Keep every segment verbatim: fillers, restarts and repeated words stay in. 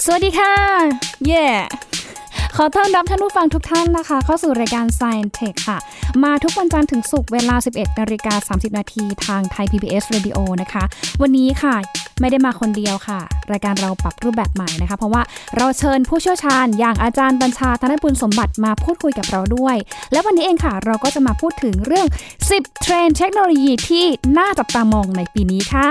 สวัสดีค่ะเย่ขอต้อนรับท่านผู้ฟังทุกท่านนะคะเข้าสู่รายการ Science Tech ค่ะมาทุกวันจันทร์ถึงศุกร์เวลา สิบเอ็ดนาฬิกาสามสิบนาทีทาง Thai พี บี เอส Radio นะคะวันนี้ค่ะไม่ได้มาคนเดียวค่ะรายการเราปรับรูปแบบใหม่นะคะเพราะว่าเราเชิญผู้เชี่ยวชาญอย่างอาจารย์บัญชาธนบุญสมบัติมาพูดคุยกับเราด้วยและวันนี้เองค่ะเราก็จะมาพูดถึงเรื่องสิบเทรนด์เทคโนโลยีที่น่าจับตามองในปีนี้ค่ะ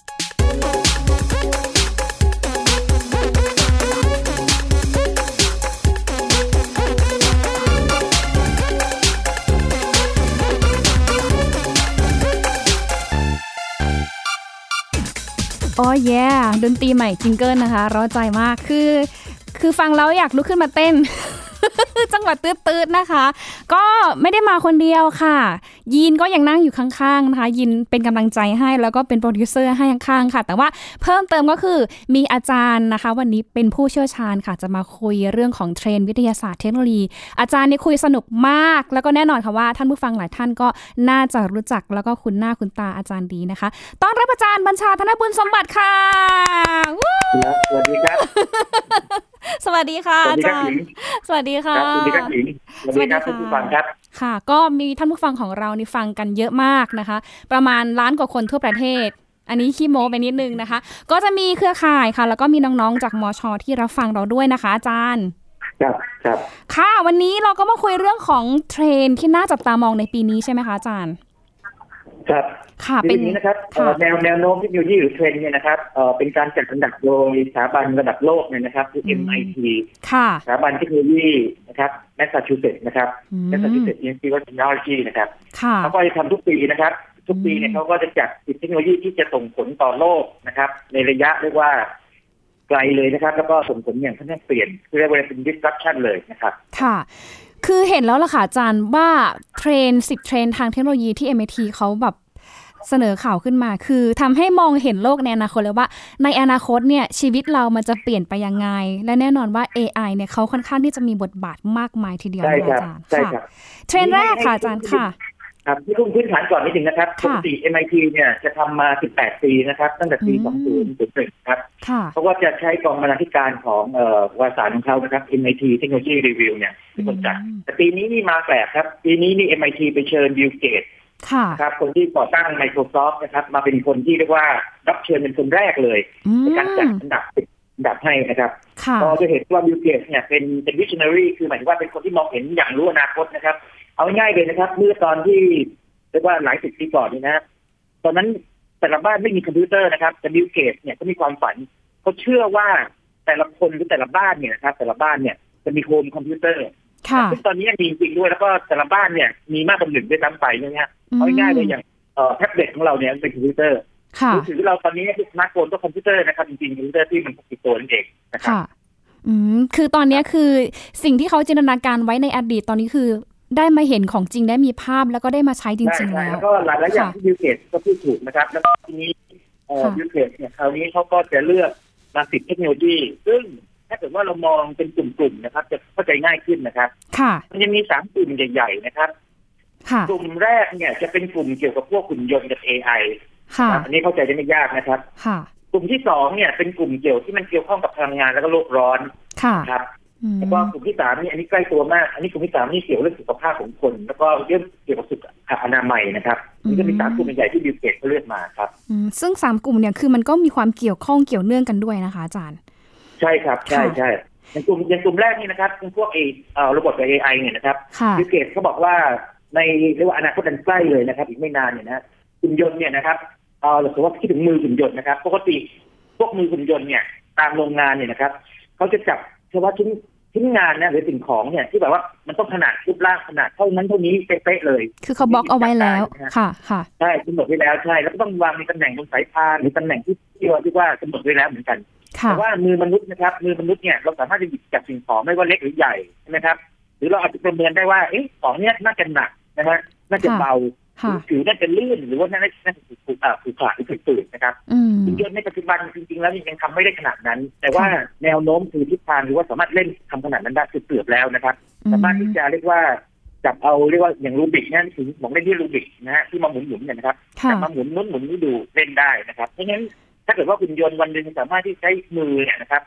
โอ้แย่ดนตรีใหม่จิงเกิลนะคะร้อนใจมากคือคือฟังแล้วอยากลุกขึ้นมาเต้น จังหวะตืดๆนะคะก็ไม่ได้มาคนเดียวค่ะยินก็ยังนั่งอยู่ข้างๆนะคะยินเป็นกำลังใจให้แล้วก็เป็นโปรดิวเซอร์ให้ข้างๆค่ะแต่ว่าเพิ่มเติมก็คือมีอาจารย์นะคะวันนี้เป็นผู้เชี่ยวชาญค่ะจะมาคุยเรื่องของเทรนด์วิทยาศาสตร์เทคโนโลยีอาจารย์นี่คุยสนุกมากแล้วก็แน่นอนค่ะว่าท่านผู้ฟังหลายท่านก็น่าจะรู้จักแล้วก็คุ้นหน้าคุ้นตาอาจารย์ดีนะคะต้อนรับอาจารย์บัญชาธนบุญสมบัติค่ะสวัสดีครับสวัสดีค่ะอาจารย์สวัสดีค่ะสวัสดีครับหญิงสวัสดีครับท่านผู้ฟังครับค่ะก็มีท่านผู้ฟังของเรานี่ฟังกันเยอะมากนะคะประมาณล้านกว่าคนทั่วประเทศอันนี้ขี้โม้ไปนิดนึงนะคะก็จะมีเครือข่ายค่ะแล้วก็มีน้องๆจากมช.ที่รับฟังเราด้วยนะคะอาจารย์ครับครับค่ะวันนี้เราก็มาคุยเรื่องของเทรนด์ที่น่าจับตามองในปีนี้ใช่ไหมคะอาจารย์ครับค่ะเป็นนี้นะครับแนวแนวโน้มเทคโนโลยีหรือเทรนด์เนี่ยนะครับเอ่อเป็นการจัดอันดับโดยสถาบันระดับโลกเนี่ยนะครับคือ เอ็ม ไอ ทีค่ะสถาบันเทคโนโลยีนะครับแมสซาชูเซตส์นะครับแมสซาชูเซตส์ Institute of Technology นะครับเขาก็จะทำทุกปีนะครับทุกปีเนี่ยเขาก็จะจัดเทคโนโลยีที่จะส่งผลต่อโลกนะครับในระยะเรียกว่าไกลเลยนะครับแล้วก็ส่งผลอย่างค่อนข้างเปลี่ยนคือเรียกว่าเป็น disruption เลยนะครับค่ะคือเห็นแล้วล่ะค่ะอาจารย์ว่าเทรนด์สิบเทรนด์ทางเทคโนโลยีที่ เอ็ม ไอ ที เขาแบบเสนอข่าวขึ้นมาคือทำให้มองเห็นโลกในอนาคตเลยว่าในอนาคตเนี่ยชีวิตเรามันจะเปลี่ยนไปยังไงและแน่นอนว่า เอ ไอ เนี่ยเขาค่อนข้างที่จะมีบทบาทมากมายทีเดียวนะอาจารย์ค่ะเทรนด์แรกค่ะอาจารย์ค่ะครับที่ทุ่มพื้นฐานก่อนนิดนึงนะครับปกติ เอ็ม ไอ ที เนี่ยจะทำมาสิบแปดปีนะครับตั้งแต่ปีสองพันหนึ่งครับเพราะว่าจะใช้กองบรรณาธิการของเอ่อวารสารของเขานะครับ เอ็ม ไอ ที Technology Review เนี่ยเป็นคนจัดแต่ปีนี้นี่มาแปลกครับปีนี้นี่ เอ็ม ไอ ที ไปเชิญบิลเกตส์ครับคนที่ก่อตั้ง Microsoft นะครับมาเป็นคนที่เรียกว่ารับเชิญเป็นคนแรกเลยในการจัดอันดับอันดับให้นะครับก็จะเห็นว่าบิลเกตส์เนี่ยเป็นเป็น visionary คือหมายถึงว่าเป็นคนที่มองเห็นอย่างรู้อนาคตนะครับเอาง่ายเลยนะครับเมื่อตอนที่เรียกว่าหลายสิบปีก่อนนี่นะตอนนั้นแต่ละบ้านไม่มีคอมพิวเตอร์นะครับแต่บิลเกตส์เนี่ยก็มีความฝันเขาเชื่อว่าแต่ละคนหรือแต่ละบ้านเนี่ยนะครับแต่ละบ้านเนี่ยจะมีโฮมคอมพิวเตอร์ซึ่งตอนนี้มีจริงด้วยแล้วก็แต่ละบ้านเนี่ยมีมากกว่าหนึ่งด้วยซ้ำไปนะฮะเอาง่ายเลยอย่างแท็บเล็ตของเราเนี่ยเป็นคอมพิวเตอร์มือถือเราตอนนี้คือสมาร์ทโฟนก็คอมพิวเตอร์นะครับจริงๆคอมพิวเตอร์ที่มันติดตัวนั่นเองนะครับอืมคือตอนนี้คือสิ่งที่เขาจินตนาการไว้ในอดีตตอนนี้คือได้มาเห็นของจริงได้มีภาพแล้วก็ได้มาใช้จริงๆแล้วแล้วก็หลายๆอย่างที่บิลเกตส์ก็พูดถูกนะครับแล้วก็ทีนี้เอ่อบิลเกตส์เนี่ยคราวนี้เขาก็จะเลือกมาสิบเทคโนโลยีซึ่งถ้าเกิดว่าเรามองเป็นกลุ่มๆนะครับจะเข้าใจง่ายขึ้นนะครับมันจะมีสามกลุ่มใหญ่ๆนะครับกลุ่มแรกเนี่ยจะเป็นกลุ่มเกี่ยวกับพวกหุ่นยนต์กับ เอ ไอ อันนี้เข้าใจได้ไม่ยากนะครับกลุ่มที่สองเนี่ยเป็นกลุ่มเกี่ยวที่มันเกี่ยวข้องกับพลังงานแล้วก็โลกร้อนครับแล้วก็กลุ่มที่สามนี่อันนี้ใกล้ตัวมากอันนี้กลุ่มที่สามนี่เกี่ยวเรื่องสุขภาพของคนแล้วก็เรื่องเกี่ยวกับสุขอนามัยนะครับนี่ก็มีสามกลุ่มใหญ่ที่บิลเกตส์เขาเลือกมาครับซึ่งสามกลุ่มเนี่ยคือมันก็มีความเกี่ยวข้องเกี่ยวเนื่องกันด้วยนะคะอาจารย์ใช่ครับใช่ใช่ในกลุ่มในกลุ่มแรกนี่นะครับเป็นพวกเอเอ่อระบบ เอ ไอ เนี่ยนะครับบิลเกตส์เขาบอกว่าในเรียกว่าอนาคตอันใกล้เลยนะครับอีกไม่นานเนี่ยนะหุ่นยนต์เนี่ยนะครับเอ่อเราสมมติว่าคิดถึงมือหุ่นยนต์นะครับปกติพวกมือหุ่นยนต์เนี่ยตามโรงงานเนี่ยนะครับเขาจะจับเฉพาะชิ้นชิ้นงานเนี่ยหรือสิ่งของเนี่ยที่แบบว่ามันต้องขนาดรูปร่างขนาดเท่านั้นเท่านี้เป๊ะๆเลยคือเขาบล็อกเอาไว้แล้วค่ะค่ะใช่กำหนดไว้แล้วใช่แล้วก็ต้องวางในตำแหน่งบนสายพานหรือตำแหน่งที่ที่ว่าที่ว่ากำหนดไว้แล้วเหมือนกันแต่ว่ามือมนุษย์นะครับมือมนุษย์เนี่ยเราสามารถจะหยิบจับสิ่งของไม่ว่าเล็กหรือใหญ่ใช่ไหมครับหรือเราอาจจะประเมินได้ว่าเอ๊ะของเนี้ยน่าจะหนักนะฮะน่าจะเบาผิวน่าจะลื่นหรือว่าน่าจะน่าจะถูกอ่าถูกขาดหรือถูกตื่นนะครับหุ่นยนต์ในปัจจุบันจริงๆแล้วยังทำไม่ได้ขนาดนั้นแต่ว่าแนวโน้มคือทิศทางหรือว่าสามารถเล่นทำขนาดนั้นได้คือเกือบแล้วนะครับสามารถที่จะเรียกว่าจับเอาเรียกว่าอย่างรูบิกนั่นถึงมองเล่นที่รูบิกนะฮะที่มาหมุนๆเนี่ยนะครับจับมาหมุนนู้นหมุนนี้ดูเล่นได้นะครับเพราะฉะนั้นถ้าเกิดว่าหุ่นยนต์วันหนึ่งสามารถที่ใช้มือเนี่ยนะครับ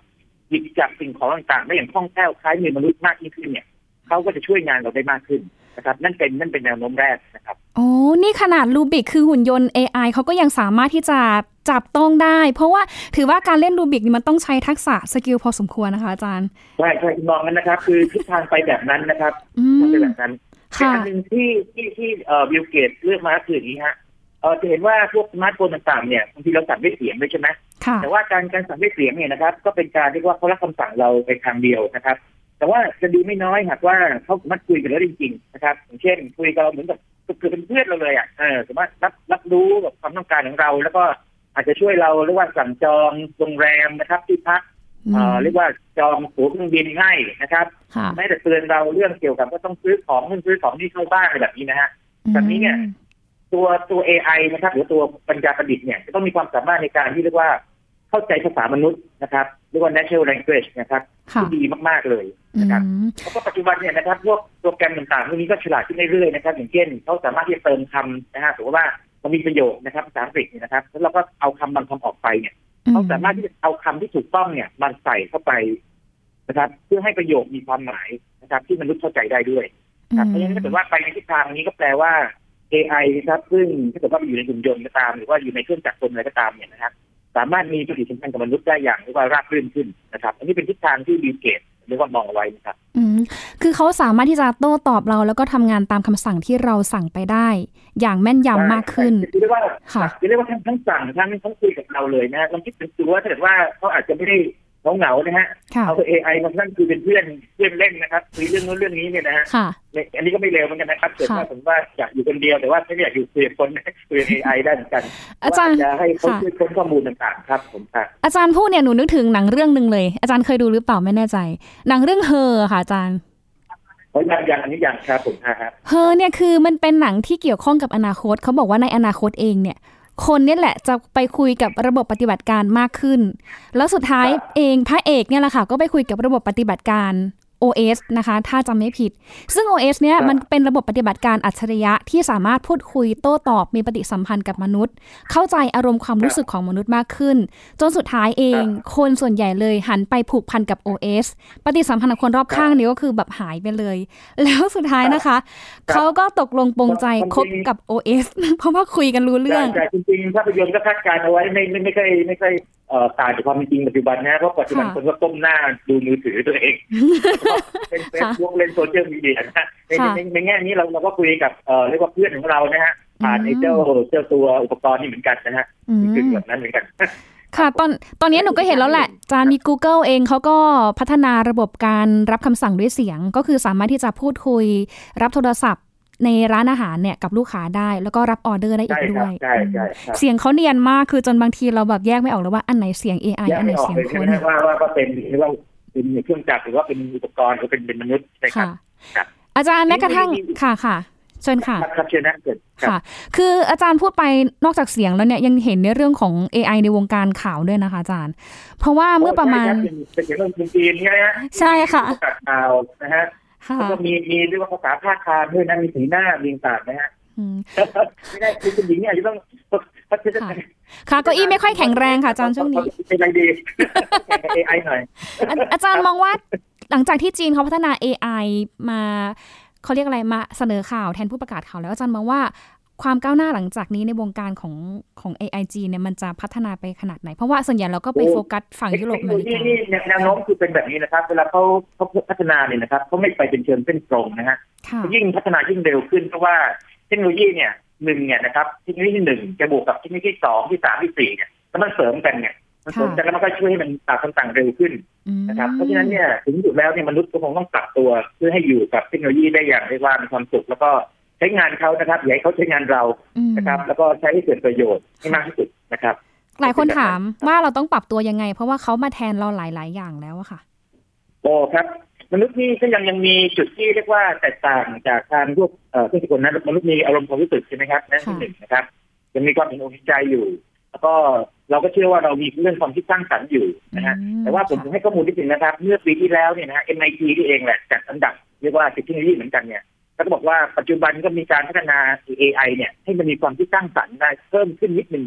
หยิบจับสิ่งของต่างๆได้อย่างคล่องแคล่วคล้ายมือมนุษย์มากยิ่งขึ้นเนี่ยเขาก็จะช่วยงานเราได้มากขึ้นนะครับนั่นเป็นนั่นเป็นแนวโน้มแรกนะครับโอ้นี่ขนาดรูบิกคือหุ่นยนต์ เอ ไอ เขาก็ยังสามารถที่จะจับต้องได้เพราะว่าถือว่าการเล่นรูบิกนี่มันต้องใช้ทักษะสกิลพอสมควรนะคะอาจารย์ใช่ใช่มองกันนะครับคือทิศทางไปแบบนั้นนะครับทางไปแบบนั้นแต่อันหนึ่งที่ที่ที่เอ่อบิลเกตเลือกมาคืออย่างนี้ฮะเออจะเห็นว่าพวกสมาร์ทโฟนต่างๆเนี่ยบางทีเราสั่งด้วยเสียงด้วยใช่ไหมแต่ว่าการการสั่งด้วยเสียงเนี่ยนะครับก็เป็นการเรียกว่าเขารับคำสั่งเราไปทางเดียวนะครับแต่ว่าจะดีไม่น้อยหากว่าเขาสามารถคุยกันแล้วจริงๆนะครับอย่างเช่นคุยกับเราเหมือนกับคือเป็นเพื่อนเราเลยอ่ะเออสามารถรับรับรู้กับความต้องการของเราแล้วก็อาจจะช่วยเราเรียกว่าสั่งจองโรงแรมนะครับที่พักเอ่อเรียกว่าจองตั๋วเครื่องบินให้นะครับแม้แต่เตือนเราเรื่องเกี่ยวกับว่าต้องซื้อของเงินซื้อของที่เข้าบ้านอะไรแบบนี้นะฮะแบบนี้เนี่ยตัวตัว เอ ไอ นะครับหรือตัวปัญญาประดิษฐ์เนี่ยจะต้องมีความสามารถในการที่เรียกว่าเข้าใจภาษามนุษย์นะครับเรียกว่า natural language นะครับที่ดีมากๆเลยนะครับแล้วก็ปัจจุบันเนี่ยนะครับพวกโปรแกรมต่างๆพวกนี้ก็ฉลาดขึ้นเรื่อยๆนะครับอย่างเช่นเขาสามารถที่จะเติมคำนะฮะสมมติว่ามันมีประโยคนะครับภาษาอังกฤษนะครับแล้วเราก็เอาคำบางคำออกไปเนี่ยเขาสามารถที่จะเอาคำที่ถูกต้องเนี่ยมันใส่เข้าไปนะครับเพื่อให้ประโยคมีความหมายนะครับที่มนุษย์เข้าใจได้ด้วยครับเพราะฉะนั้นถ้าเกิดว่าไปในทิศทางนี้ก็แปลว่า เอ ไอ ครับซึ่งถ้าเกิดว่าอยู่ในหุ่นยนต์ก็ตามหรือว่าอยู่ในเครื่องจักรกลอะไรก็ตามเนี่ยนะครับสามารถมีปฏิสัมพันธ์กับมนุษย์ได้อย่างเรียกว่าราบรื่นขึ้นนะครับอันนี้เป็นทิศทางที่บิลเกตเรียกว่ามองเอาไว้นะครับอืมคือเขาสามารถที่จะโต้ตอบเราแล้วก็ทำงานตามคำสั่งที่เราสั่งไปได้อย่างแม่นยำมากขึ้นเรียกว่าค่ะเรียกว่าทั้งทั้งสั่งทั้งทั้งคุยกับเราเลยนะลองคิดดูว่าถ้าเกิดว่าเขาอาจจะไม่ได้เหงาๆนะฮะเอาตัว เอ ไอ มานั่งคุยเป็นเพื่อนเพื่อนเล่นนะครับคุยเรื่องนู้นเรื่องนี้เนี่ยนะฮะอันนี้ก็ไม่เลวเหมือนกันนะครับเกิดว่าผมว่าอยากอยู่คนเดียวแต่ว่าไม่อยากอยู่คุยกับคนคุยกับ เอ ไอ ได้เหมือนกันอาจารย์จะให้เขาช่วยค้นข้อมูลต่างๆครับผมครับอาจารย์พูดเนี่ยหนูนึกถึงหนังเรื่องนึงเลยอาจารย์เคยดูหรือเปล่าไม่แน่ใจหนังเรื่องเฮอค่ะอาจารย์อย่างอย่างอันนี้อย่างครับผมครับเฮอเนี่ยคือมันเป็นหนังที่เกี่ยวข้องกับอนาคตเขาบอกว่าในอนาคตเองเนี่ยคนนี่แหละจะไปคุยกับระบบปฏิบัติการมากขึ้นแล้วสุดท้ายเองพระเอกเนี่ยแหละค่ะก็ไปคุยกับระบบปฏิบัติการ โอ เอส นะคะถ้าจำไม่ผิดซึ่ง โอ เอส เนี่ยมันเป็นระบบปฏิบัติการอัจฉริยะที่สามารถพูดคุยโต้ตอบมีปฏิสัมพันธ์กับมนุษย์เข้าใจอารมณ์ความรู้สึกของมนุษย์มากขึ้นจนสุดท้ายเองคนส่วนใหญ่เลยหันไปผูกพันกับ โอ เอส ปฏิสัมพันธ์กับคนรอบข้างนี่ก็คือแบบหายไปเลยแล้วสุดท้ายนะคะเขาก็ตกลงปรงใจคบกับ โอ เอส เพราะว่าคุยกันรู้เรื่องแต่จริงๆภาพยนตร์ก็คาดการณ์เอาไว้ไม่ไม่ไม่ใช่ไม่ใช่เอ่อต่างจากความจริงปัจจุบันนะเพราะปัจจุบันคนก็ก้มหน้าดูมือถือตัวเองเล่นเฟซบุ๊กเล่นโซเชียลมีเดียนะในในแง่นี้เราเราก็คุยกับเอ่อเรียกว่าเพื่อนของเรานะฮะผ่านไอ้เจ้าเจ้าตัวอุปกรณ์นี่เหมือนกันนะฮะคือแบบนั้นเหมือนกันค่ะตอนตอนนี้หนูก็เห็นแล้วแหละจานมี Google เองเขาก็พัฒนาระบบการรับคำสั่งด้วยเสียงก็คือสามารถที่จะพูดคุยรับโทรศัพท์ในร้านอาหารเนี่ยกับลูกค้าได้แล้วก็รับออเดอร์ได้อีกด้วยเสียงเขาเนียนมากคือจนบางทีเราแบบแยกไม่ออกเลยว่าอันไหนเสียง เอ ไอ อันไหนเสียงคนว่าว่าว่าเป็นหรือว่าเป็นเครื่องจักรหรือว่าเป็นอุปกรณ์หรือเป็นเป็นมนุษย์ใช่ครับอาจารย์แม้กระทั่งค่ะค่ะเชิญค่ะครับเชิญนะเกิดค่ะคืออาจารย์พูดไปนอกจากเสียงแล้วเนี่ยยังเห็นในเรื่องของ เอ ไอ ในวงการข่าวด้วยนะคะอาจารย์เพราะว่าเมื่อประมาณเป็นเรื่องจีนใช่ไหมฮะใช่ค่ะข่าวนะฮะแล้วก็มีมีเรียกว่าภาษาภาคคามด้วยนะมีสีหน้ามีต่างนะฮะไม่ได้คือคุณหญิงเนี่ยจะต้องค่ะเก้าอี้ไม่ค่อยแข็งแรงค่ะอาจารย์ช่วงนี้เป็นไรดีแข่งกับ เอ ไอ หน่อยอาจารย์มองว่าหลังจากที่จีนเขาพัฒนา เอ ไอ มาเขาเรียกอะไรมาเสนอข่าวแทนผู้ประกาศข่าวแล้วอาจารย์มองว่าความก้าวหน้าหลังจากนี้ในวงการของของ เอ ไอ จีนเนี่ยมันจะพัฒนาไปขนาดไหนเพราะว่าส่วนใหญ่เราก็ไปโฟกัสฝั่งยุโรปอเมริกานี่แนวโน้มคือเป็นแบบนี้นะครับเวลาเขาเขาพัฒนาเนี่ยนะครับเขาไม่ไปเป็นเชิงเส้นตรงนะฮะยิ่งพัฒนายิ่งเร็วขึ้นเพราะว่าเทคโนโลยีเนี่ยหนึ่งเนี่ยนะครับเทคโนโลยีที่หนึ่งจะบวกกับเทคโนโลยีที่สองที่สามที่สี่เนี่ยแล้วมันเสริมกันเนี่ยมันเสริมกันแล้วมันก็ช่วยให้มันต่างต่างเร็วขึ้นนะครับเพราะฉะนั้นเนี่ยถึงจุดแล้วเนี่ยมนุษย์ก็คงต้องปรับตัวเพื่อให้อยู่กับเทคโนโลยีได้อย่างเรียกว่ามีความสุขแล้วก็ใช้งานเขานะครับอย่าให้เขาใช้งานเรานะครับแล้วก็ใช้ให้เกิดประโยชน์ให้มากที่สุดนะครับหลายคนถามว่าเราต้องปรับตัวยังไงเพราะว่าเขามาแทนเราหลายๆอย่างแล้วอะค่ะโอ้ครับมนุษย์นี่ก็ยังยังมีจุดที่เรียกว่าแตกต่างจากทางพวกเอ่อเครื่องจักรกลนั้นมนุษย์มีอารมณ์ความรู้สึกใช่ไหมครับนั่นที่หนึ่งนะครับยังมีความเห็นอกเห็นใจอยู่แล้วก็เราก็เชื่อว่าเรามีเรื่องความคิดสร้างสรรค์อยู่นะฮะแต่ว่าผมให้ข้อมูลนิดนึงนะครับเมื่อปีที่แล้วเนี่ยนะฮะ เอ็ม ไอ ที ที่เองแหละจัดอันดับเรียกว่าเทคโนโลยีเหมือนกันเนี่ยก็บอกว่าปัจจุบันก็มีการพัฒนา เอ ไอ เนี่ยให้มันมีความคิดสร้างสรรค์ได้เพิ่มขึ้นนิดนึงนะ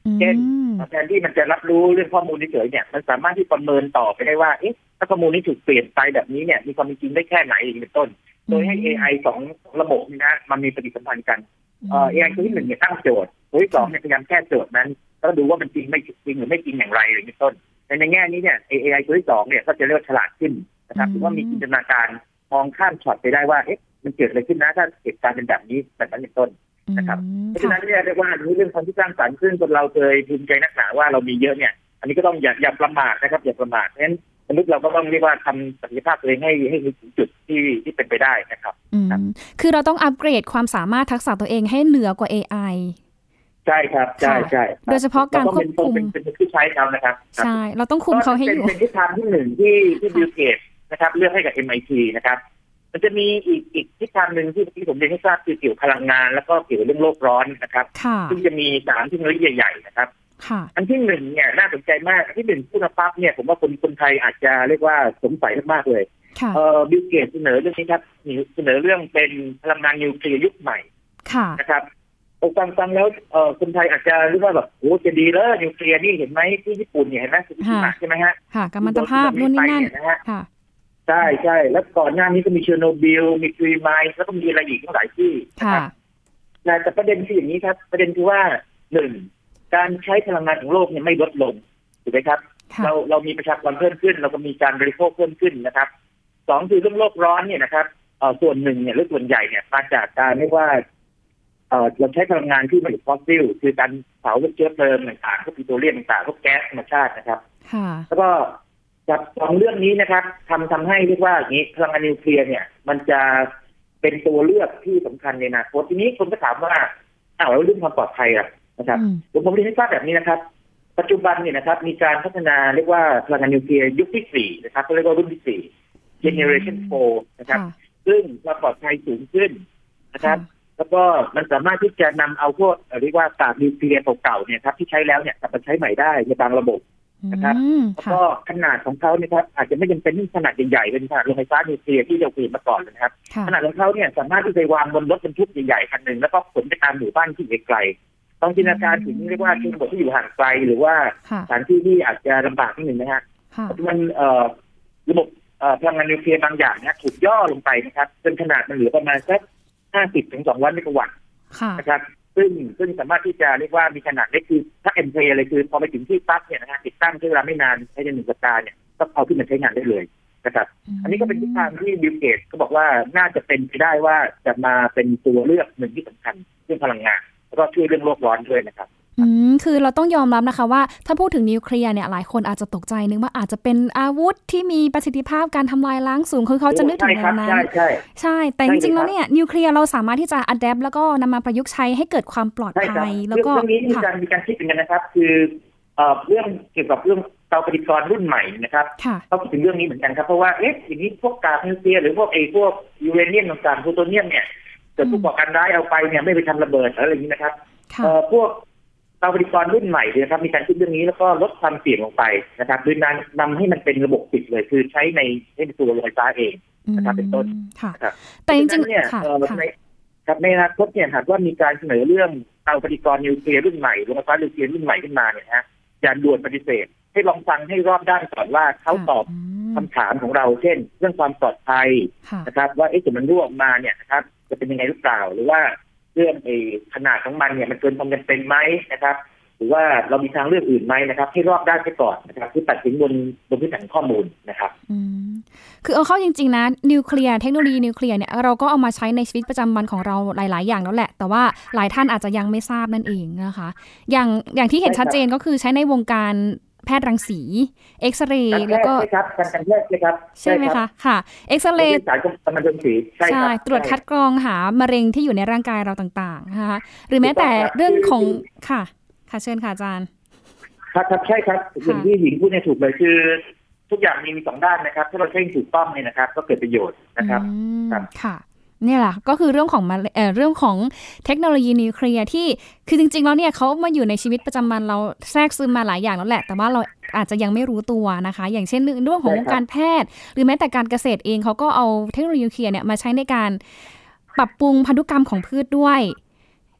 เช่นแทนที่มันจะรับรู้เรื่องข้อมูลเฉยๆเนี่ยมันสามารถที่ประเมินต่อไปได้ว่าเอ๊ะถ้าข้อมูลนี้ถูกเปลี่ยนไปแบบนี้เนี่ยมีความจริงได้แค่ไหนเป็นต้นโดยให้ เอ ไอ สองระบบนี้นะมันมีปฏิสัมพันธ์กันเอ่อ เอ ไอ ตัวที่หนึ่งเนี่ยตั้งโจทย์ตัวที่สองเนี่ยพยายามแก้โจทย์นั้นแล้วดูว่ามันจริงไม่จริงหรือไม่จริงอย่างไรเป็นต้นในในแง่นี้เนี่ย เอ ไอ ตัวที่สองเนี่ยก็จะเรียกฉลาดขึ้นนะครับหรือว่ามีจินตนาการมองข้ามช็อตไปได้ว่าเอ๊ะมันเกิดอะไรขึ้นนะถ้าเหตุการณ์เป็นแบบนี้แบบนั้นเป็นต้นนะครับเพราะฉะนั้นเนี่ยเรียกว่าเรื่องความที่สร้างสรรค์ขึ้นคนเราเคยภูมิใจนักหนาว่าเรามีเยอะเนี่ยอันนี้ก็ต้องอย่าอย่าประมาทนะครับอย่าประมาทเพราะฉะนั้นมนุษย์เราก็ต้องเรียกว่าทำศักยภาพตัวเองให้ให้ถึงจุดที่ที่เป็นไปได้นะครับคือเราต้องอัปเกรดความสามารถทักษะตัวเองให้เหนือกว่า เอ ไอใช่ครับใช่ใช่โดยเฉพาะการควบคุมเป็นผู้ใช้เขานะครับใช่เราต้องคุมเขาให้อยู่เป็นทิศทางที่หนึ่งที่ที่บิลเกตส์นะครับเลือกให้กับ เอ็ม ไอ ที นะครับมันจะมีอีกอีกทิศทางหนึ่งที่ที่ผมเรียนให้ทราบคือเกี่ยวกับพลังงานแล้วก็เกี่ยวกับเรื่องโลกร้อนนะครับซึ่งจะมีสามเทคโนโลยีใหญ่ๆนะครับอันที่หนึ่งเนี่ยน่าสนใจมากที่หนึ่งพูดมาปั๊บเนี่ยผมว่าคนคนไทยอาจจะเรียกว่าสงสัยมากๆเลยเอ่อบิลเกตส์เสนอเรื่องนี้ครับเสนอเรื่องเป็นพลังงานนิวเคลียร์ยุคใหม่นะครับฟังฟังแล้วเอ่อคนไทยอาจจะรู้ว่าแบบโอ้จะดีเลยนิวเคลียร์นี่เห็นไหมที่ญี่ปุ่นเนี่ยเห็นไหมที่ญี่ปุ่นใช่ไหมฮะค่ะกัมมันตภาพนู่นนี่นั่นค่ะใช่ใช่แล้วก่อนหน้านี้ก็มีเชอร์โนบิลมีทรีไมล์แล้วก็มีอะไรอีกหลายที่นะครับแต่ประเด็นคืออย่างนี้ครับประเด็นคือว่าหนึ่งการใช้พลังงานของโลกเนี่ยไม่ลดลงถูกไหมครับเราเรามีประชากรเพิ่มขึ้นเราก็มีการบริโภคเพิ่มขึ้นนะครับสองคือเรื่องโลกร้อนเนี่ยนะครับเอ่อส่วนหนึ่งเนี่ยหรือส่วนใหญ่เนี่ยมาจากการเรียกว่าเอ่อเราใช้พลังงานที่มาจากฟอสซิลคือการเผาพวกเชื้อเพลิงต่างๆพวกปิโตรเลียมต่างๆพวกแก๊สธรรมชาตินะครับแล้วก็จากสองเรื่องนี้นะครับทำทำให้เรียกว่าอย่างนี้พลังงานนิวเคลียร์เนี่ยมันจะเป็นตัวเลือกที่สำคัญในอนาคตทีนี้คนก็ถามว่าอ้าวแล้วเรื่องความปลอดภัยอ่ะนะครับผมผมเรียนให้ทราบแบบนี้นะครับปัจจุบันเนี่ยนะครับมีการพัฒนาเรียกว่าพลังงานนิวเคลียร์ยุคที่สี่นะครับเขาเรียกว่ารุ่นที่สี่ generation โฟร์นะครับซึ่งความปลอดภัยสูงขึ้นนะครับแล้วก็มันสามารถที่จะนำเอาพวกเรียกว่าก๊าซนิวเคลียร์เก่าๆเนี่ยครับที่ใช้แล้วเนี่ยกลับมาใช้ใหม่ได้ในบางระบบนะครับแล้วก็ขนาดของเขาเนี่ยครับอาจจะไม่จำเป็นที่ขนาดใหญ่ๆเป็นขนาดโรงไฟฟ้านิวเคลียร์ที่เราเคยมาก่อนนะครับขนาดของเขาเนี่ยสามารถที่จะวางบนรถบรรทุกใหญ่ๆคันหนึ่งแล้วก็ขนไปตามหมู่บ้านที่ไกลๆต้องจินตนาการถึงเรียกว่าชนบทที่อยู่ห่างไกลหรือว่าสถานที่ที่อาจจะลำบากนิดหนึ่งนะฮะมันเอ่อระบบพลังงานนิวเคลียร์บางอย่างเนี่ยถูกย่อลงไปนะครับจนขนาดมันเหลือประมาณสักห้าสิบถึงสองร้อยเมกะวัตต์นะครับซึ่งซึ่งสามารถที่จะเรียกว่ามีขนาดเล็กคือถ้าเอ็นเพลย์เลยคือพอไปถึงที่ปั๊บเนี่ยนะฮะติดตั้งใช้เวลาไม่นานใช้ในหนึ่งสัปดาห์เนี่ยก็เอาขึ้นมาใช้งานได้เลยนะครับอันนี้ก็เป็นทิศทางที่บิลเกตส์ก็บอกว่าน่าจะเป็นไปได้ว่าจะมาเป็นตัวเลือกหนึ่งที่สำคัญเรื่องพลังงานแล้วก็ช่วยเรื่องโลกร้อนด้วยนะครับอืมคือเราต้องยอมรับนะคะว่าถ้าพูดถึงนิวเคลียร์เนี่ยหลายคนอาจจะตกใจนึกว่าอาจจะเป็นอาวุธที่มีประสิทธิภาพการทำลายล้างสูงคือเขาจะนึกถึงแนวนั้นใช่ใช่ใช่แต่จริงๆแล้วเนี่ยนิวเคลียร์เราสามารถที่จะอัดแอปแล้วก็นำมาประยุกต์ใช้ให้เกิดความปลอดภัยแล้วก็เรื่องนี้มีการมีการคิดกันนะครับคือเอ่อเรื่องเกี่ยวกับเรื่องเตาปฏิกรณ์รุ่นใหม่นะครับเขาคิดถึงเรื่องนี้เหมือนกันครับเพราะว่าเอ๊ะอย่างนี้พวกก๊าซนิวเคลียร์หรือพวกไอ้พวกยูเรเนียมต่างๆพลูโทเนียมเนี่ยเกิดผู้ก่อการร้ายเอาไปเนี่ยไม่ไปทำระเบิดอะไรอย่างนี้นะครับเอ่อพวกเตาปฏิกรณ์รุ่นใหม่เนี่ยครับมีการคิดเรื่องนี้แล้วก็ลดความเสี่ยงลงไปนะครับโดยการนำให้มันเป็นระบบปิดเลยคือใช้ในในตัวโรงไฟฟ้าเองนะครับเป็นต้นนะครับแต่จริงๆเนี่ยในครับในอนาคตเนี่ยหากว่ามีการเสนอเรื่องเตาปฏิกรณ์นิวเคลียร์รุ่นใหม่โรงไฟฟ้านิวเคลียร์รุ่นใหม่ขึ้นมาเนี่ยฮะอย่าด่วนปฏิเสธให้ลองฟังให้รอบด้านก่อนว่าเขาตอบคำถามของเราเช่นเรื่องความปลอดภัยนะครับว่าไอ้จุดมันรั่วออกมาเนี่ยนะครับจะเป็นยังไงหรือเปล่าหรือว่าเรื่องไอ้ขนาดของมันเนี่ยมันเกินความจำเป็นไหมนะครับหรือว่าเรามีทางเลือกอื่นไหมนะครับให้รอบด้านไปก่อนนะครับที่ตัดสินบนบนพื้นฐานข้อมูลนะครับอืมคือเอาเข้าจริงๆนะนิวเคลียร์เทคโนโลยีนิวเคลียร์เนี่ยเราก็เอามาใช้ในชีวิตประจำวันของเราหลายๆอย่างแล้วแหละแต่ว่าหลายท่านอาจจะยังไม่ทราบนั่นเองนะคะอย่างอย่างที่เห็นชัดเจนก็คือใช้ในวงการแพทย์รังสีเอ็กซเรย์แล้วก็ครับการแพทย์เลยครับใช่ไหมคะค่ะเอ็กซเรย์สายกำมะเร็งสีใช่ตรวจคัดกรองหามะเร็งที่อยู่ในร่างกายเราต่างๆนะคะหรือแม้แต่เรื่องของค่ะค่ะเชิญค่ะอาจารย์ครับครับใช่ครับอย่างที่หญิงพูดเนี่ยถูกเลยคือทุกอย่างมีมีสองด้านนะครับถ้าเราใช้ถูกต้องเนี่ยนะครับก็เกิดประโยชน์นะครับค่ะเนี่ยแหละก็คือเรื่องของเอ่อเรื่องของเทคโนโลยีนิวเคลียร์ที่คือจริงๆแล้วเนี่ยเขามาอยู่ในชีวิตประจำวันเราแทรกซึมมาหลายอย่างแล้วแหละแต่ว่าเราอาจจะยังไม่รู้ตัวนะคะอย่างเช่นเรื่องของการแพทย์หรือแม้แต่การเกษตรเองเขาก็เอาเทคโนโลยีนิวเคลียร์เนี่ยมาใช้ในการปรับปรุงพันธุกรรมของพืชด้วย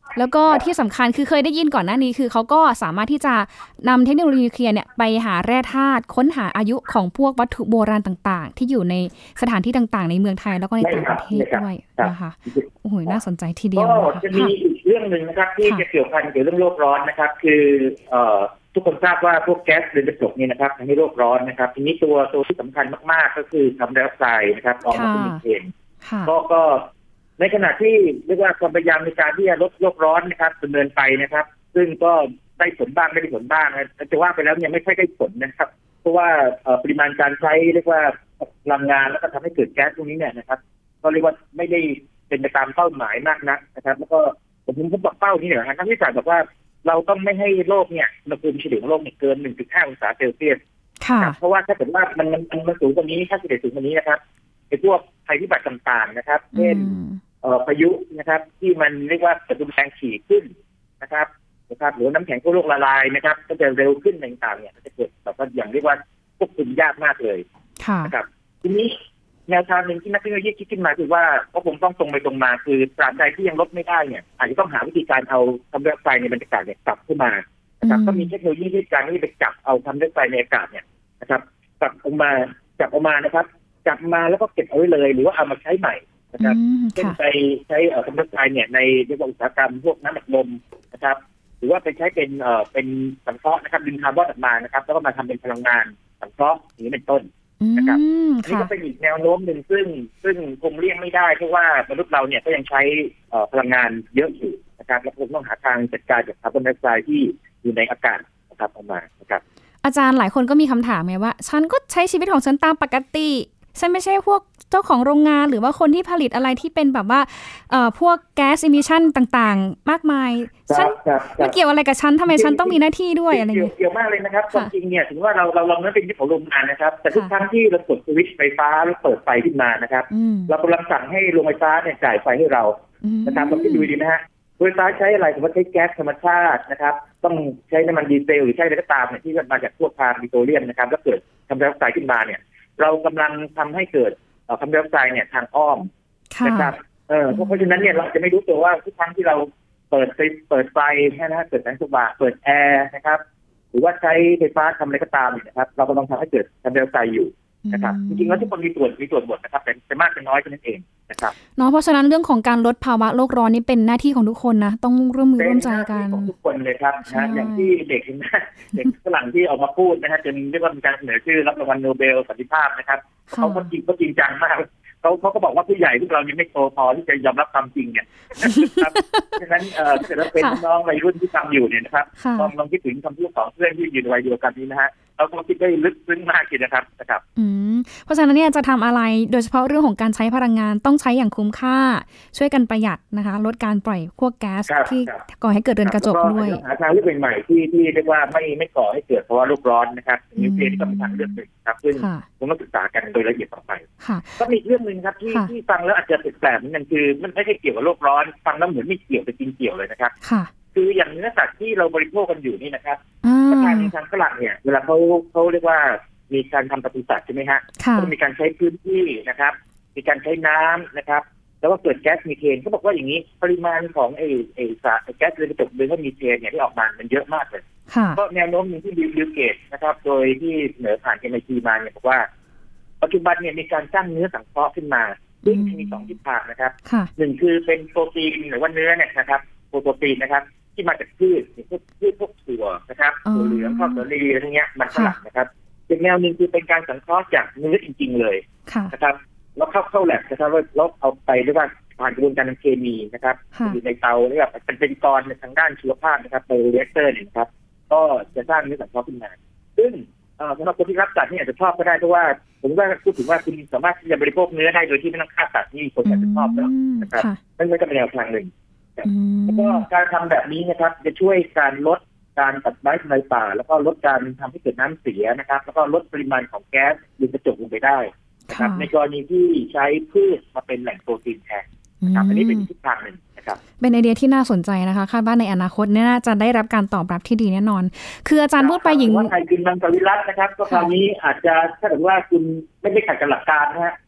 แล้วก็ที่สำคัญคือเคยได้ยินก่อนหน้านี้คือเขาก็สามารถที่จะนำเทคโนโลยีนิวเคลียร์เนี่ยไปหาแร่ธาตุค้นหาอายุของพวกวัตถุโบราณต่างๆที่อยู่ในสถานที่ต่างๆในเมืองไทยแล้วก็ในต่างประเทศด้วยนะคะโอ้โหน่าสนใจทีเดียวก็จะมีอีกเรื่องนึงนะครับที่จะเกี่ยวพันกับเรื่องโลกร้อนนะครับคือเอ่อทุกคนทราบว่าพวกแก๊สเรือนกระจกนี่นะครับทำให้โลกร้อนนะครับทีนี้ตัวตัวที่สำคัญมากๆก็คือคาร์บอนไดออกไซด์นะครับออกมาเป็นมีเทนก็ก็ในขณะที่เรียกว่าความพยายามในการที่จะลดโลกร้อนนะครับดำเนินไปนะครับซึ่งก็ได้ผลบ้างไม่ได้ผลบ้างนะจะว่าไปแล้วเนี่ยไม่ค่อยได้ผลนะครับเพราะว่าปริมาณการใช้เรียกว่าพลังงานแล้วก็ทำให้เกิดแก๊สตรงนี้เนี่ยนะครับก็เรียกว่าไม่ได้เป็นไปตามเป้าหมายมากนักนะครับแล้วก็ผมผมบอกเป้านี้เนี่ยนะนักวิจัยบอกว่าเราต้องไม่ให้โลกเนี่ยอุณหภูมิเฉลี่ยของโลกเนี่ยเกิน หนึ่งจุดห้า องศาเซลเซียสเพราะว่าถ้าเกิดว่ามันมันมันสูงกว่านี้ถ้าเฉลี่ยสูงกว่านี้นะครับไอ้พวกภัยพิบัติต่างๆนะครับเช่นพายุนะครับที่มันเรียกว่าเกิดรุนแรงถี่ขึ้นนะครับนะครับหรือน้ำแข็งทั่วโลกละลายนะครับก็จะเร็วขึ้นต่างๆเนี่ยจะเกิดแบบว่าอย่างเรียกว่าควบคุมยากมากเลยนะครับทีนี้แนวทางหนึ่งที่นักเทคโนโลยีคิดขึ้นมาคือว่าก็คงต้องตรงไปตรงมาคือตราบใดที่ยังลดไม่ได้เนี่ยอาจจะต้องหาวิธีการเอาคาร์บอนไดออกไซด์ในบรรยากาศเนี่ยกลับขึ้นมานะครับก็มีเทคโนโลยีที่การที่ไปจับเอาคาร์บอนไดออกไซด์ในอากาศเนี่ยนะครับกลับออกมาจับออกมานะครับจับมาแล้วก็เก็บเอาไว้เลยหรือว่าเอามาใช้ใหม่นะครับเช่นไปใช้คาร์บอนไดออกไซด์เนี่ยในเรื่องอุตสาหกรรมพวกน้ำอัดลมนะครับหรือว่าไปใช้เป็นเอ่อเป็นสังเคราะห์นะครับดึงคาร์บอนออกมานะครับแล้วก็มาทำเป็นพลังงานสังเคราะห์อย่างนี้เป็นต้นนะครับนี่ก็เป็นอีกแนวโน้มหนึ่งซึ่งซึ่งคงเลี่ยงไม่ได้เพราะว่ามนุษย์เราเนี่ยก็ยังใช้พลังงานเยอะอยู่นะครับและคงต้องหาทางจัดการกับคาร์บอนไดออกไซด์ที่อยู่ในอากาศนะครับออกมานะครับอาจารย์หลายคนก็มีคำถามไงว่าฉันก็ใช้ชีวิตของฉันตามปกติฉันไม่ใช่พวกเจ้าของโรงงานหรือว่าคนที่ผลิตอะไรที่เป็นแบบว่าเอ่อพวกแก๊สอิมิชันต่างๆมากมายฉันมันเกี่ยวอะไรกับฉันทำไมฉันต้องมีหน้าที่ด้วยอะไรอย่างเงี้ยเกี่ยวมากเลยนะครับความจริงเนี่ยถึงว่าเราเราเราไม่เป็นเจ้าของโรงงานนะครับแต่ทุกครั้งที่เรากดสวิตช์ไฟฟ้าแล้วเปิดไฟขึ้นมานะครับเรากำลังสั่งให้โรงไฟฟ้าเนี่ยจ่ายไฟให้เรานะครับลองคิดดูดีนะฮะโรงไฟฟ้าใช้อะไรสมมติใช้แก๊สธรรมชาตินะครับต้องใช้น้ำมันดีเซลหรือใช้อะไรก็ตามเนี่ยที่มาจากพวกทางปิโตรเลียมนะครับแล้วเกิดคาร์บอนไดออกไซด์ขึ้นมาเนี่ยเรากำลังทำให้เกิดคาร์บอนไดออกไซด์เนี่ยทางอ้อมนะครับเออเพราะฉะนั้นเนี่ยเราจะไม่รู้ตัวว่าทุกครั้งที่เราเปิดไฟเปิดไฟนะฮะเปิดแสงสว่างเปิดแอร์นะครับหรือว่าใช้ไฟฟ้าทำอะไรก็ตามนะครับเรากำลังทำให้เกิดคาร์บอนไดออกไซด์อยู่นะครับจริงๆแล้วทุกคนมีส่วนมีส่วนหมดนะครับแต่มากเป็นน้อยแค่นั้นเองนะครับเนาะเพราะฉะนั้นเรื่องของการลดภาวะโลกร้อนนี่เป็นหน้าที่ของทุกคนนะต้องร่วมมือร่วมใจกันของทุกคนเลยครับนะอย่างที่เด็กนะเด็กฝรั่งที่ออกมาพูดนะฮะจนเรียกว่ามีการเสนอชื่อรับรางวัลโนเบลสันติภาพนะครับเขาก็จริงก็จริงจังมากเขาเขาก็บอกว่าผู้ใหญ่พวกเรายังไม่โตพอที่จะยอมรับความจริงเนี่ยครับฉะนั้นเอ่อถ้าเกิดเราเป็นน้องวัยรุ่นที่ทำอยู่เนี่ยนะครับลองลองคิดถึงคำพูดของเพื่อนที่อยู่ในวัยเดียวกันนี้นะฮะเราต้องคิดได้ลึกซึ้งมากทีนะครับนะครับอืมเพราะฉะนั้นเนี่ยจะทำอะไรโดยเฉพาะเรื่องของการใช้พลังงานต้องใช้อย่างคุ้มค่าช่วยกันประหยัดนะคะลดการปล่อยพวกแก๊สที่ก่อให้เกิดเรือนกระจกด้วยหาทางเลือกใหม่ๆที่ที่เรียกว่าไม่ไม่ก่อให้เกิดภาวะโลกร้อนนะครับนิวเคลียร์ที่ก็เป็นทางเลือกหนึ่งครับซึ่งคงต้องศึกษากันโดยละเอียดต่อไปก็มีเรื่องนึงครับที่ที่ฟังแล้วอาจจะแปลกๆเหมือนกันคือมันไม่ใช่เกี่ยวกับโลกร้อนฟังแล้วเหมือนไม่เกี่ยวแต่จริงเกี่ยวเลยนะครับคืออย่างเนื้อสัตว์ที่เราบริโภคกันอยู่นี่นะครับทางทางฝรั่งเนี่ยเวลาเขาเขาเรียกว่ามีการทำปศุสัตว์ใช่ไหมฮะก็มีการใช้พื้นที่นะครับมีการใช้น้ำนะครับแล้วก็เกิดแก๊สมีเทนเขาบอกว่าอย่างนี้ปริมาณของไอ้ไอ้แก๊สเรือนกระจกหรือว่ามีเทนเนี่ยที่ออกมามันเยอะมากเลยก็แนวโน้มหนึ่งที่บิลเกตนะครับโดยที่เสนอผ่าน เอ็ม ไอ ที มาเนี่ยบอกว่าปัจจุบันเนี่ยมีการสร้างเนื้อสังเคราะห์ขึ้นมาซึ่งมีสองทิศทางนะครับหนึ่งคือเป็นโปรตีนหรือว่าเนื้อเนี่ยนะครับโปรตีนนะครับที่มาจากพืชพวกพืชพวกถั่วนะครับถั่วเหลืองข้าวสาลีอะไรเงี้ยมันฝรั่งนะครับอีกแนวหนึ่งคือเป็นการสังเคราะห์จากเนื้อจริงๆเลยนะครับแล้วเข้าเข้าแลบนะครับแล้วเอาไปเรียกว่าผ่านกระบวนการทางเคมีนะครับอยู่ในเตาเรียกว่าเป็นเป็นกรในทางด้านชีวภาพนะครับไบโอเรีแอคเตอร์เนี่ยครับก็จะสร้างเนื้อสังเคราะห์ขึ้นมาซึ่งสำหรับคนที่รับสัตว์นี่อาจจะชอบก็ได้เพราะว่าผมว่าพูดถึงว่าคุณสามารถที่จะบริโภคเนื้อได้โดยที่ไม่ต้องฆ่าสัตว์นี่คนอาจจะชอบแล้วนะครับนั่นก็เป็นแนวทางหนึ่งแล้วก็การทำแบบนี้นะครับจะช่วยการลดการตัดไม้ทำลายป่าแล้วก็ลดการทำให้เกิดน้ำเสียนะครับแล้วก็ลดปริมาณของแก๊สเรือนกระจกลงไปได้นะครับในกรณีที่ใช้พืชมาเป็นแหล่งโปรตีนแทนนะครับอันนี้เป็นทิศทางหนึ่งนะครับเป็นไอเดียที่น่าสนใจนะคะคาดว่าในอนาคตเนี่ยน่าจะได้รับการตอบรับที่ดีแน่นอนคืออาจารย์พูดไปหญิงว่าไทยกินมังสวิรัตินะครับก็คราวนี้อาจจะถ้าเกิดว่าคุณไม่ได้ขัดกับหลักการนะฮะ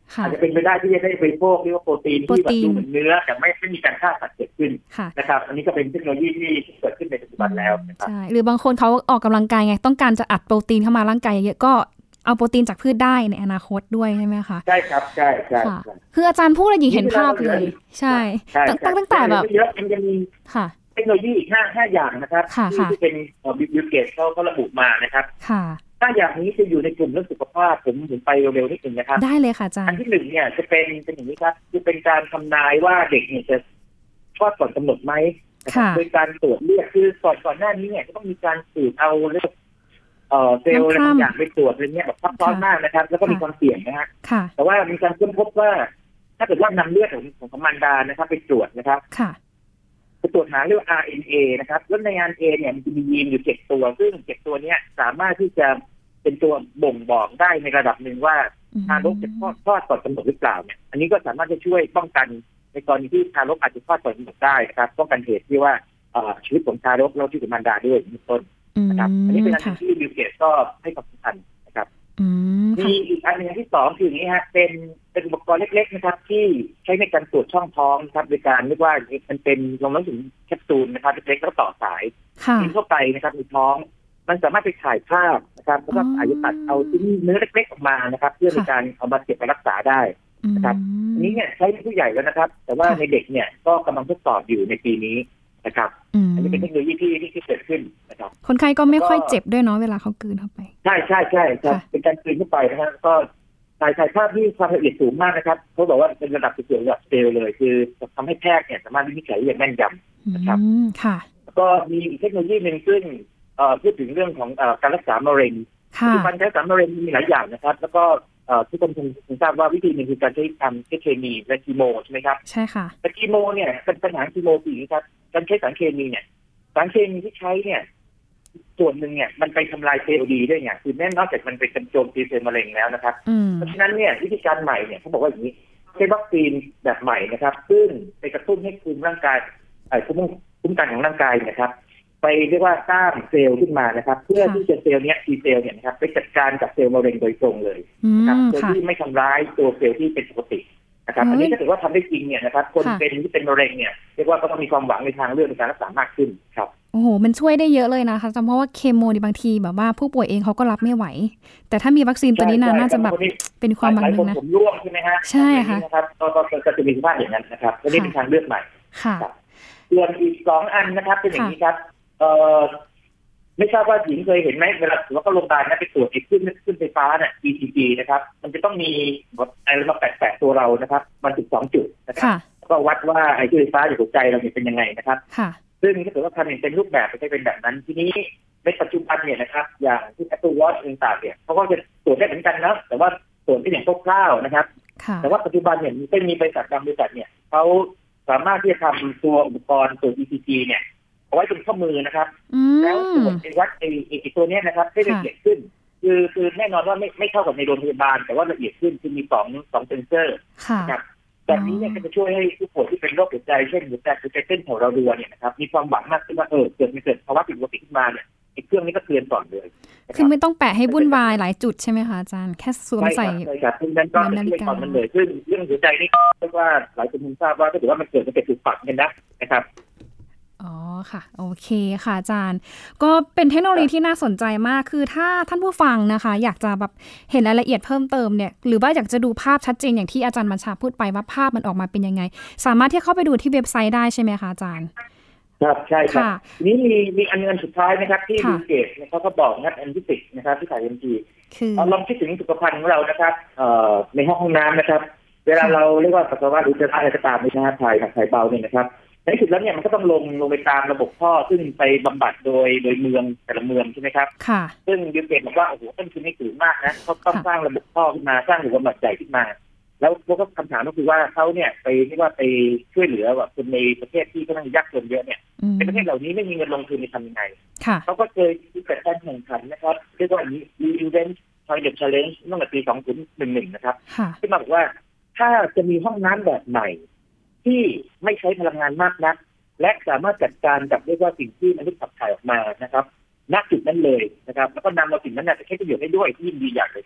อาจจะเป็นไปได้ที่จะได้บริโภคเรียกว่าโปรตีนที่แบบดูเหมือนเนื้อแต่ไม่ไม่มีการฆ่าสัตว์เกิดขึ้นนะครับอันนี้ก็เป็นเทคโนโลยีที่เกิดขึ้นในปัจจุบันแล้วนะครับใช่หรือบางคนเขาออกกำลังกายไงต้องการจะอัดโปรตีนเข้ามาร่างกายเยอะก็เอาโปรตีนจากพืชได้ในอนาคตด้วยใช่ไหมคะใช่ครับใช่ใช่คืออาจารย์พูดอะไรหญิงเห็นภาพเลยใช่ตั้งตั้งแต่แบบเยอะมันจะมีเทคโนโลยีอีกห้าห้าอย่างนะครับที่เป็นบิลเกตเขาเขาระบุมานะครับห้าอย่างนี้จะอยู่ในกลุ่มเรื่องสุขภาพผมถึงไปเร็วๆนิดนึงนะครับได้เลยค่ะอาจารย์อันที่หนึ่งเนี่ยจะเป็นเป็นอย่างนี้ครับคือเป็นการทำนายว่าเด็กเนี่ยจะคลอดก่อนกำหนดไหมโดยการตรวจเลือดคือก่อนก่อนหน้านี้เนี่ยจะต้องมีการสืบเอาเลือดเอ่อเซลล์อะไรบางอย่างไปตรวจอะไรเงี้ยแบบซับซ้อนมากนะครับแล้วก็มีความเสี่ยงนะฮะแต่ว่ามีการค้นพบว่าถ้าเกิดว่านำเลือดของของมารดานะครับไปตรวจนะครับไปตรวจหาเรื่อง อาร์ เอ็น เอ นะครับแล้วใน อาร์ เอ็น เอ เนี่ยมันจะมียีนอยู่เจ็ดตัวซึ่งเจ็ดตัวเนี้ยสามารถที่จะเป็นตัวบ่งบอกได้ในระดับหนึ่งว่าทารกจะคลอดคลอดก่อนกำหนดหรือเปล่าเนี่ยอันนี้ก็สามารถจะช่วยป้องกันในกรณีที่ทารกอาจจะคลอดก่อนกำหนดได้นะครับป้องกันเหตุที่ว่าชีวิตของทารกแล้วชีวิตของมารดาด้วยเป็นต้นนะครับอันนี้เป็นอันที่บิลเกตก็ให้ความสำคัญนะครับมีอีกอันหนึ่งที่สองคืออย่างนี้ฮะเป็นเป็นอุปกรณ์เล็กๆนะครับที่ใช้ในการตรวจช่องท้องครับโดยการเรียกว่ามันเป็นลงน้ำถึงแคปซูลนะครับเล็กๆแล้วต่อสายยิงเข้าไปนะครับในท้องมันสามารถไปถ่ายภาพนะครับแล้วก็อาจจะตัดเอาชิ้นเนื้อเล็กๆออกมานะครับเพื่อในการเอามาเก็บไปรักษาได้นะครับอันนี้เนี่ยใช้ในผู้ใหญ่แล้วนะครับแต่ว่าในเด็กเนี่ยก็กำลังทดสอบอยู่ในปีนี้นะครับอันนี้เป็นเทคโนโลยีที่ที่เกิดขึ้นนะครับคนไข้ก็ไม่ค่อยเจ็บด้วยเนาะเวลาเขากลืนเข้าไปใช่ใช่ใช่เป็นการกลืนเข้าไปนะครับก็ถ่ายถ่ายภาพที่ความละเอียดสูงมากนะครับเขาบอกว่าเป็นระดับสูงระดับเซลล์เลยคือทำให้แพทย์เนี่ยสามารถวินิจฉัยอย่างแม่นยำนะครับค่ะแล้วก็มีอีกเทคโนโลยีหนึ่งซึ่งพูดถึงเรื่องของการรักษามะเร็งปัจจุบันการรักษามะเร็งมีหลายอย่างนะครับแล้วก็ทุกคนคงทราบว่าวิธีหนึ่งคือการใช้ทำเคมีและคีโมใช่ไหมครับใช่ค่ะแต่คีโมเนี่ยเป็นปัญหาคีโมคืออย่างนี้ครับการใช้สารเคมีเนี่ยสารเคมีที่ใช้เนี่ยส่วนหนึ่งเนี่ยมันไปทำลายเซลล์ดีด้วยเนี่ยคือแน่นอกจากมันไปโจมตีเซลล์มะเร็งแล้วนะครับเพราะฉะนั้นเนี่ยวิธีการใหม่เนี่ยเขาบอกว่าอย่างนี้ใช้วัคซีนแบบใหม่นะครับซึ่งไปกระตุ้นให้ภูมิร่างกายไอ้ภูมิคุ้มกันของร่างกายนะครับไปเรียกว่าสร้างเซลล์ขึ้นมานะครับเพื่อที่จะเซลล์เนี้ยทีเซลล์เนี่ยนะครับไปจัดการกับเซลล์มะเร็งโดยตรงเลยนะครับโดยที่ไม่ทำร้ายตัวเซลล์ที่เป็นปกตินะครับอันนี้ถ้าเกิดว่าทำได้จริงเนี่ยนะครับคนเป็นที่เป็นมะเร็งเนี่ยเรียกว่าก็ต้องมีความหวังในทางเลือกในการรักษามากขึ้นครับโอ้โหมันช่วยได้เยอะเลยนะคะเพราะว่าเคมีบางทีแบบว่าผู้ป่วยเองเขาก็รับไม่ไหวแต่ถ้ามีวัคซีนตัวนี้น่าจะแบบเป็นความหวังนึงนะผมร่วงใช่ไหมฮะใช่ค่ะนะครับก็จะมีสภาพอย่างนั้นนะครับอันนี้เป็นทางเลือกใหม่ค่ะส่วนอีกสองอันนะครับเป็นอย่างนี้ครับเอ่อไม่ทราบว่าหญิงเคยเห็นไหมเวลาเราก็โรงพยาบาลนะไปตรวจไอ้ขึ้นขึ้นไฟฟ้าเนี่ย อี ซี จี นะครับมันจะต้องมีอะไรมาแปะๆตัวเรานะครับมันถึงสองจุดนะครับก็วัดว่าไอ้ที่ไฟฟ้าอยู่หัวใจเราเป็นยังไงนะครับซึ่งถ้าเกิดว่าทำอย่างเป็นรูปแบบจะเป็นแบบนั้นทีนี้ในปัจจุบันเนี่ยนะครับอย่างที่ Apple Watch ต่างๆเนี่ยเขาก็จะตรวจได้เหมือนกันนะแต่ว่าตรวจที่อย่างคร่าวๆนะครับแต่ว่าปัจจุบันเนี่ยมันมีบริษัทบางบริษัทเนี่ยเขาสามารถที่จะทำตัวอุปกรณ์ตัว อี ซี จี เนี่ยเอาไว้บนข้อมือนะครับแล้วตรวจในวัดไอ้ไอ้ตัวนี้นะครับให้ละเอียดขึ้นคือคือแน่นอนว่าไม่ไม่เท่ากับในโรงพยาบาลแต่ว่าละเอียดขึ้นคือมีสองสองเซนเซอร์นะครับแบบนี้เนี่ยจะช่วยให้ผู้ป่วยที่เป็นโรคหัวใจเช่นหัวใจหัวใจเต้นของเรารัวเนี่ยนะครับมีความหวังมากขึ้นว่าเออเกิดไม่เกิดภาวะผิดปกติขึ้นมาเนี่ยไอ้เครื่องนี้ก็เตือนก่อนเลยคือไม่ต้องแปะให้วุ่นวายหลายจุดใช่ไหมคะอาจารย์แค่สวมใส่ใช่ครับซึ่งนั้นก็ช่วยก่อนมันเลยซึ่งเรื่องหัวใจนี่เรียกว่าหลายคนคงทราบว่าถ้าเกิดว่ามันเกิดมันเกิดถูกปักกันนะนะครับอ๋อค่ะโอเคค่ะอาจารย์ก็เป็นเทคโนโลยีที่น่าสนใจมากคือถ้าท่านผู้ฟังนะคะอยากจะแบบเห็นรายละเอียดเพิ่มเติมเนี่ยหรือว่าอยากจะดูภาพชัดเจนอย่างที่อาจารย์บัญชาพูดไปว่าภาพมันออกมาเป็นยังไงสามารถที่เข้าไปดูที่เว็บไซต์ได้ใช่ไหมคะอาจารย์ครับใช่ครับนี่มีมีอันนึงสุดท้ายนะครับที่บิลเกตเนี่ยเขาก็บอกนะครับอันที่สิบนะครับที่ถ่าย เอ็ม จี เราลองคิดถึงสุขภัณฑ์ของเรานะครับเอ่อในห้องห้องน้ำนะครับเวลาเราเรียกว่าปัสสาวะหรือจะอะไรก็ตามในชาติถ่ายถ่ายเบาเนี่ยนะครับในที่สุดแล้วเนี่ยมันก็ต้องลงลงไปตามระบบท่อซึ่งไปบำบัดโดยโดยเมืองแต่ละเมืองใช่ไหมครับค่ะซึ่งบิลเกตบอกว่าโอ้โหต้นทุนนี่สูงมากนะเขาต้องสร้างระบบท่อขึ้นมาสร้างระบบบำบัดใหญ่ขึ้นมาแล้วพวกคำถามก็คือว่าเขาเนี่ยไปที่ว่าไปช่วยเหลือแบบคนในประเทศที่ค่อนข้างยากจนเยอะเนี่ยในประเทศเหล่านี้ไม่มีเงินลงทุนจะทำยังไงเขาก็เคยที่เกิดการแข่งขันนะครับเรียกว่า Reinvent Toilet Challenge ตั้งแต่ปีสองพันสิบเอ็ดนะครับที่มาบอกว่าถ้าจะมีห้องน้ำแบบใหม่ที่ไม่ใช้พลังงานมากนักและสามารถจัดการกับเรียกว่าสิ่งที่มนุษย์ขับถ่ายออกมานะครับณจุดนั้นเลยนะครับแล้วก็นำเอาสิ่งนั้นไปใช้ประโยชน์ได้ด้วยที่ยิ่งดีอย่างเลยเนี่ย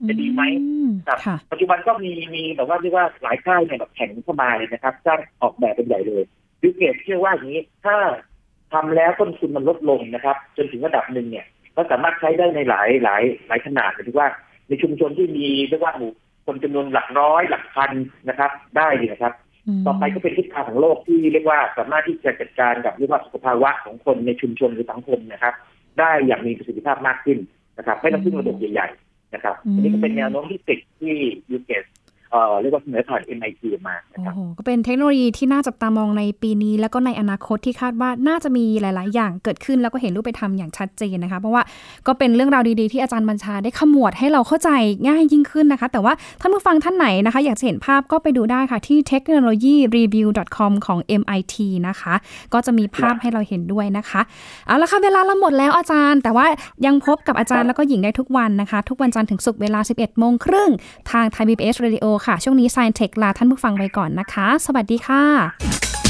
จะดีไหมครับปัจจุบันก็มีมีแบบว่าเรียกว่าหลายค่ายเนี่ยแบบแข่งเข้ามาเลยนะครับสร้างออกแบบเป็นใหญ่เลยบิลเกตเชื่อว่าอย่างนี้ถ้าทำแล้วต้นทุนมันลดลงนะครับจนถึงระดับหนึ่งเนี่ยก็สามารถใช้ได้ในหลายหลายหลายขนาดหรือว่าในชุมชนที่มีเรียกว่าหมู่คนจำนวนหลักร้อยหลักพันนะครับได้ดีนะครับต่อไปก็เป็นทิศทางของโลกที่เรียกว่าสามารถที่จะจัดการกับเรียกว่าสุขภาวะของคนในชุมชนหรือสังคมนะครับได้อย่างมีประสิทธิภาพมากขึ้นนะครับไม่ต้องพึ่งระบบใหญ่ๆนะครับอันนี้ก็เป็นแนวโน้มที่ติดที่ยูเกสเอ่อเรียกว่าเสนอผ่าน เอ็ม ไอ ที มานะครับโอ้โหก็เป็นเทคโนโลยีที่น่าจับตามองในปีนี้แล้วก็ในอนาคตที่คาดว่าน่าจะมีหลายๆอย่างเกิดขึ้นแล้วก็เห็นรูปธรรมอย่างชัดเจนนะคะเพราะว่าก็เป็นเรื่องราวดีๆที่อาจารย์บัญชาได้ขมวดให้เราเข้าใจง่ายยิ่งขึ้นนะคะแต่ว่าท่านผู้ฟังท่านไหนนะคะอยากจะเห็นภาพก็ไปดูได้ค่ะที่ เทคโนโลยี รีวิว ดอท คอม ของ เอ็ม ไอ ที นะคะก็จะมีภาพให้เราเห็นด้วยนะคะเอาละค่ะเวลาเราหมดแล้วอาจารย์แต่ว่ายังพบกับอาจารย์แล้วก็หญิงได้ทุกวันนะคะทุกวันจันทร์ถึงศุกร์เวลา สิบเอ็ดโมงครึ่งทาง Thai พี บี เอส Radio ค่ะช่วงนี้ Science Tech ลาท่านผู้ฟังไปก่อนนะคะสวัสดีค่ะ